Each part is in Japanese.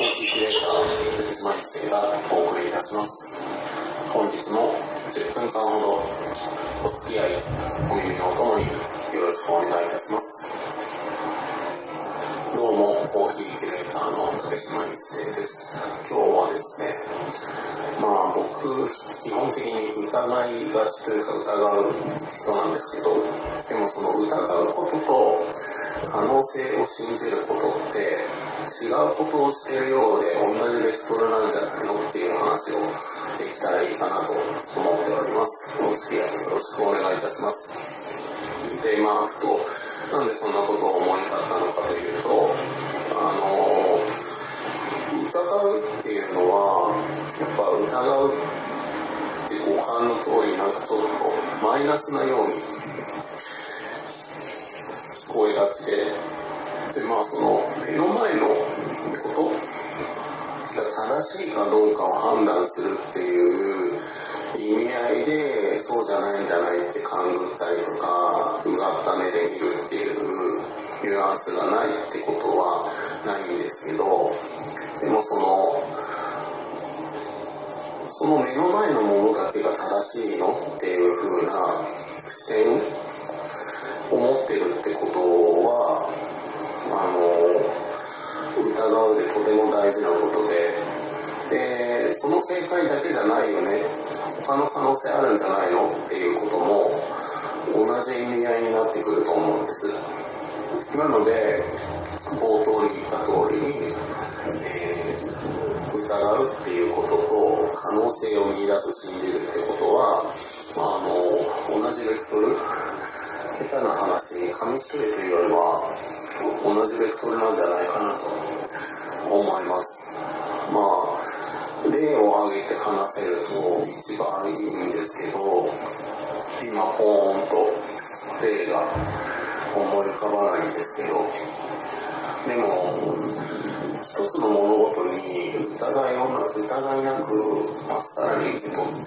コーヒーキュレーター竹島一生がお送りいたします。本日も10分間ほどお付き合いお耳のお供によろしくお願いいたします。どうもコーヒーキュレーターの竹島一生です。今日はですね、僕基本的に疑いがちというか疑う人なんですけど、でもその疑うことと可能性を信じることって違うことをしているようで同じベクトルなんじゃないのっていう話をできたらいいかなと思っております。お付き合いよろしくお願いいたします。で、ふとなんでそんなことを思い立ったのかというと、疑うっていうのはやっぱ疑うって五感の通りちょっとマイナスなように聞こえがちで、その目の前のことが正しいかどうかを判断するっていう意味合いで、そうじゃないんじゃないって勘ぐったりとかうがった目で見るっていうニュアンスがないってことはないんですけど、でもその目の前のものだけが正しいのっていう風な視点を持ってるってことは疑うでとても大事なことで、その正解だけじゃないよね、他の可能性あるんじゃないのっていうことも同じ意味合いになってくると思うんです。なので冒頭に言った通りに、疑うっていうことと可能性を見出す信じるってことは、同じベクトル、下手な話に紙一重というよりは同じベクトルなんじゃないかなと思います。例を挙げて話せると一番いいんですけど、今ポーンと例が思い浮かばないんですけど、でも一つの物事に疑いなくまっさらに受け取って、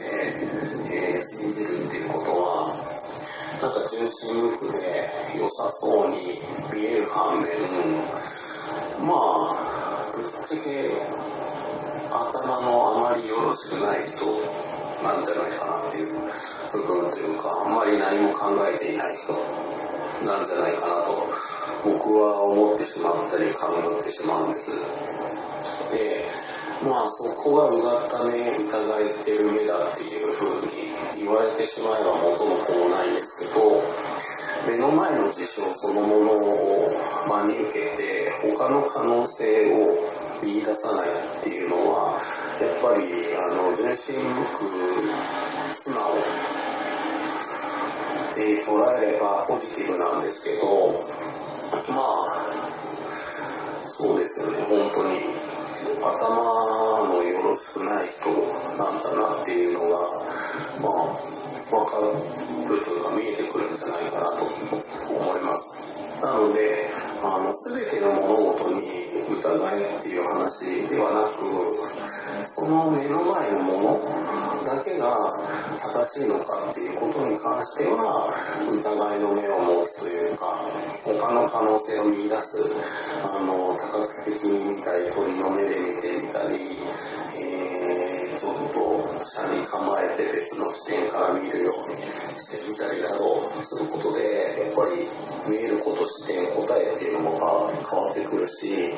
信じるっていうことは純真無垢で良さそうに見える反面、ぶっちゃけ頭のあまりよろしくない人なんじゃないかなっていう部分というか、あんまり何も考えていない人なんじゃないかなと僕は思ってしまったり勘ぐってしまうんです。で、そこがうがった目、疑ってる目だっていう風に言われてしまえば元も子もないんですけど、目の前の事象そのものを真に受けて他の可能性を見出さないっていうのはやっぱり純真無垢素直で捉えればポジティブなんですけど、そうですよね、本当に頭のよろしくない人なんだなっていうのが分かるというか見えてくるんじゃないかなと思います。なので全ての物事に疑いっていう話ではなく、その目の前のものだけが正しいのかっていうことに関しては疑いの目を持つというか、他の可能性を見出す、多角的に見たり鳥の目で見てみたり、ちょっと斜に構えて別の視点から見るようにしてみたりなどすることで、やっぱり見えること、視点、答えっていうのが変わってくるし、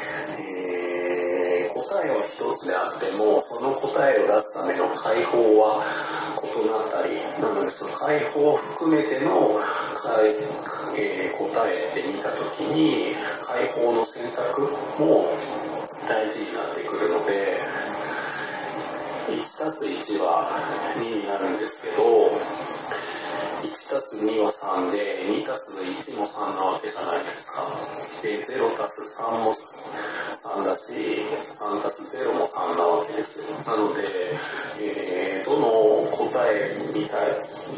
答えは一つであってもその答えを出すための解法は異なったり、なのでその解法を含めての答えって見たときに解法の選択も大事になってくるので、1+1 は2になるんですけど、1+2 は3で 2+1 も3なわけじゃないですか。で 0+3 も3だし 3+0 も3なわけですよ。なので、どの答えに対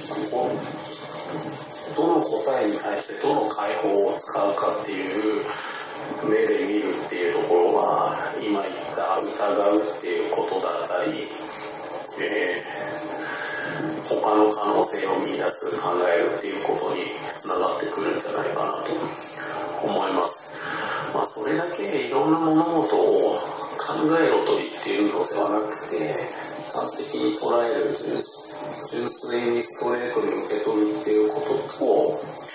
してどの解法を使うかっていう目で見るっていうところが今言った疑うっていうことだったり、他の可能性を見出す、考えるっていうことにつながってくるんじゃないかなと思います。それだけいろんな物事を考えろと言っているのではなくて、端的に捉える純粋にストレートに受け取るっていうことと、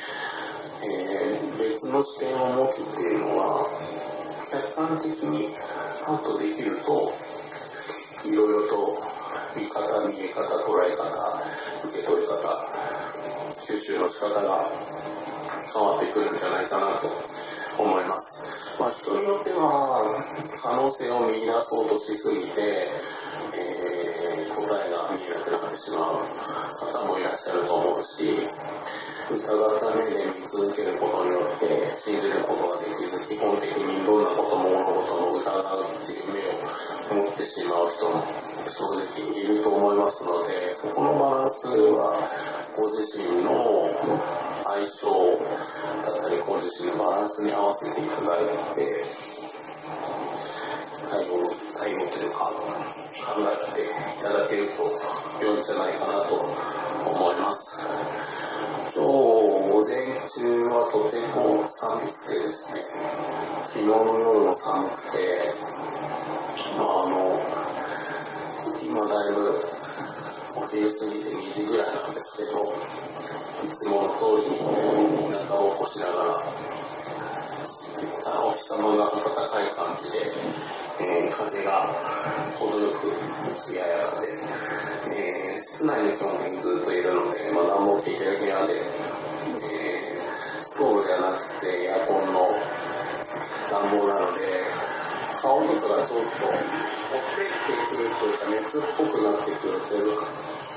別の視点を持つっていうのは客観的にパッとできると、いろいろと見方、見え方、捉え方、受け取り方、吸収の仕方が変わってくるんじゃないかなと思います。人によっては可能性を見出そうとしすぎて、答えが見えなくなってしまう方もいらっしゃると思うし、疑った目で見続けることによって信じることができず、基本的にどんなことも物事も疑うっていう目を持ってしまう人も正直いると思いますので、そこのバランスはご自身の相性だったりご自身のバランスに合わせていただいて対応というか考えていただけると良いんじゃないかなと思います。今日午前中はとても寒くてですね、昨日の夜も寒くて、今だいぶお昼過ぎて2時ぐらいなんですけど、いつもの通りに日向ぼっこしながらお日様が暖かい感じで、風が程よく艶やかで、室内に基本的にずっといるので、暖房効いてる部屋で、ストーブではなくてエアコンの暖房なので、顔とかがちょっとほてってくるというか熱っぽくなってくるというか、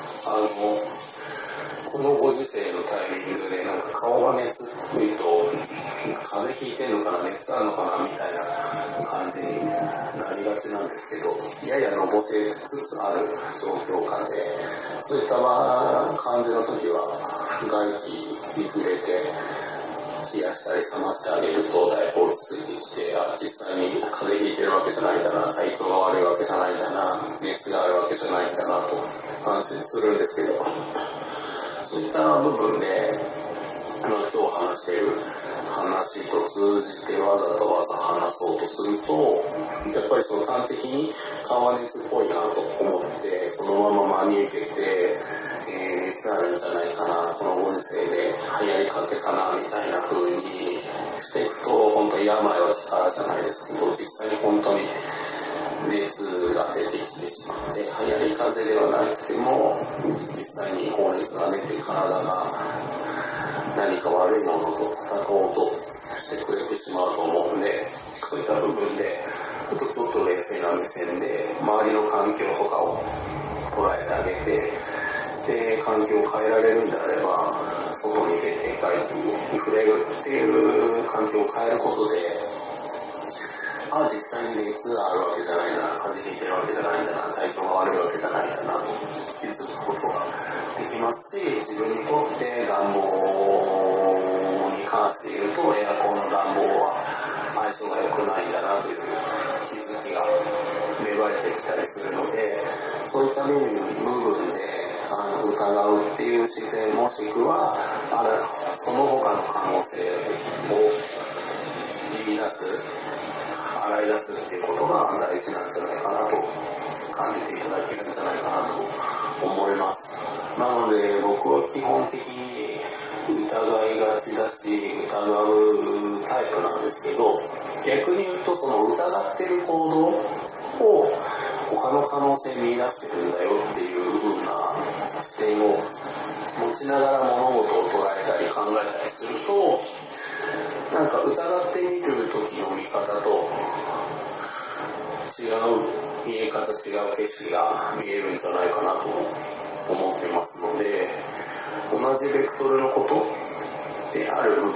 このご時世のタイミングでなんか顔が熱っぽいと風邪ひいてんのかな、熱あるのかなみたいな感じになりがちなんですけど、ややのぼせつつある状況下で、そういった感じの時は外気に触れて冷やしたり冷ましてあげるとだいぶ落ち着いてきて、実際に風邪ひいてるわけじゃないんだな、体調が悪いわけじゃないんだな、熱があるわけじゃないんだなと安心するんですけど、そういった部分で、今日話している話と通じてわざとわざ話そうとすると、やっぱりその端的に顔は熱っぽいなと思ってそのまま真に受けて、熱あるんじゃないかな、このご時世で流行り風邪かなみたいな風にしていくと、本当に病は気からじゃないですけど、実際に本当に熱が出てきてしまって、流行り風邪ではなくても実際に高熱が出て体が何か悪いものと戦おうとしてくれてしまうと思うんで、そういった部分でちょっと冷静な目線で周りの環境とかを捉えてあげて、で環境を変えられるんであれば外に出て外気に触れるっていう環境を変えることで、実際に熱があるわけじゃないんだな、風邪ひいてるわけじゃないんだな、体調が悪いわけじゃないんだなと気づくことができますし、自分にとって暖房に関して言うとエアコンの暖房は相性が良くないんだなという気づきが芽生えてきたりするので、そういった部分で疑うっていう姿勢もしくはその他の可能性を見出す、洗い出すっていうことが大事なんじゃないかなと感じていただけるんじゃないかなと思います。なので僕は基本的に疑いがちだし疑うタイプなんですけど、逆に言うとその疑ってる行動を他の可能性見出してるんだよっていう風な視点を持ちながら物事を捉えたり考えたりすると、なんか疑ってみる時の見方と違う見え方、違う景色が見えるんじゃないかなと思ってますので、同じベクトルのことである部分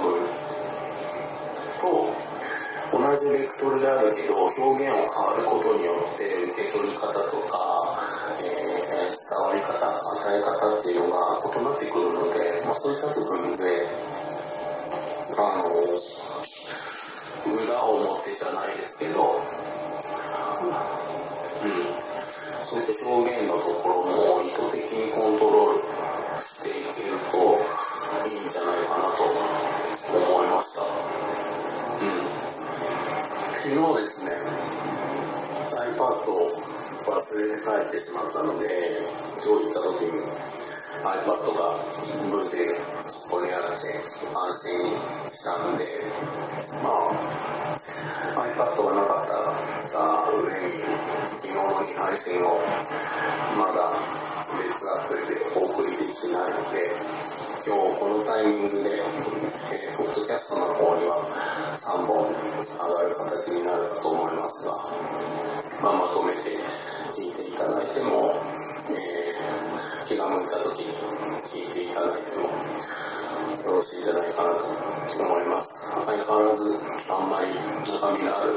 と同じベクトルであるけど表現を変わることによって受け取り方とか、伝わり方、与え方っていうのが異なってくるので、そういった部分で裏表じゃないですけど、そういった表現のところも意図的にコントロールしていけるといいんじゃないかなと思いました。昨日ですね、 無事そこにあって安心したんで、iPad がなかった上に昨日の2配信をまだ別アプリでお送りできないので、今日このタイミングで、ポッドキャストの方には3本上がる形になるかと思いますが、まとめて聞いていただいても、気が向いた時に聞いていただいてもよろしいんじゃないかなと思います。相変わらずあんまり中身のある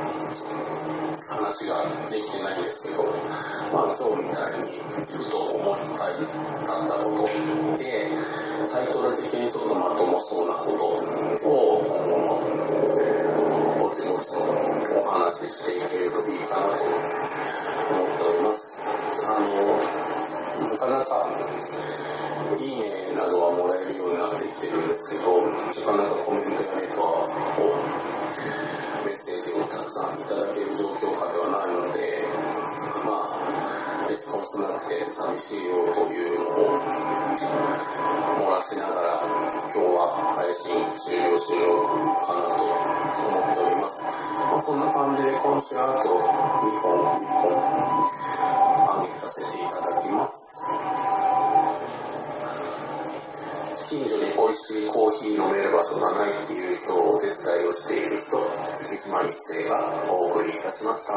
話ができてないんですけど、今日みたいにふと思い立ったことで、タイトル的にちょっとまともそうなことを今後もぼちぼちとお話ししていけるといいかなと思っております。なかなかいいねなどはもらえるようになってきてるんですけど、なかなかコメントやレターをメッセージをたくさんいただける状況下ではないので、レスポンスなくて寂しいよというのを漏らしながら今日は配信終了しようかなと思っております。そんな感じで今週あと1本上げさせていただきます。近所に美味しいコーヒー飲める場所がないっていう人をお手伝いをしている人、月島一生がお送りいたしました。